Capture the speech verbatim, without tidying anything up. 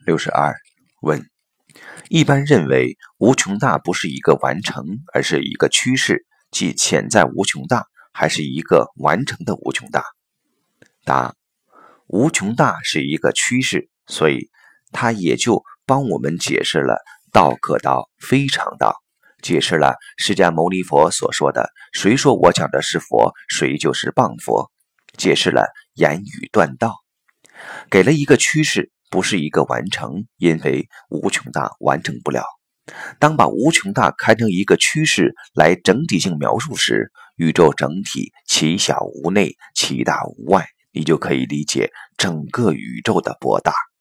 六十二。问：一般认为无穷大不是一个完成，而是一个趋势，即潜在无穷大，还是一个完成的无穷大？答：无穷大是一个趋势，所以它也就帮我们解释了道可道非常道，解释了释迦牟尼佛所说的谁说我讲的是佛，谁就是谤佛，解释了言语断道，给了一个趋势，不是一个完成，因为无穷大完成不了。当把无穷大看成一个趋势来整体性描述时，宇宙整体其小无内，其大无外，你就可以理解整个宇宙的博大。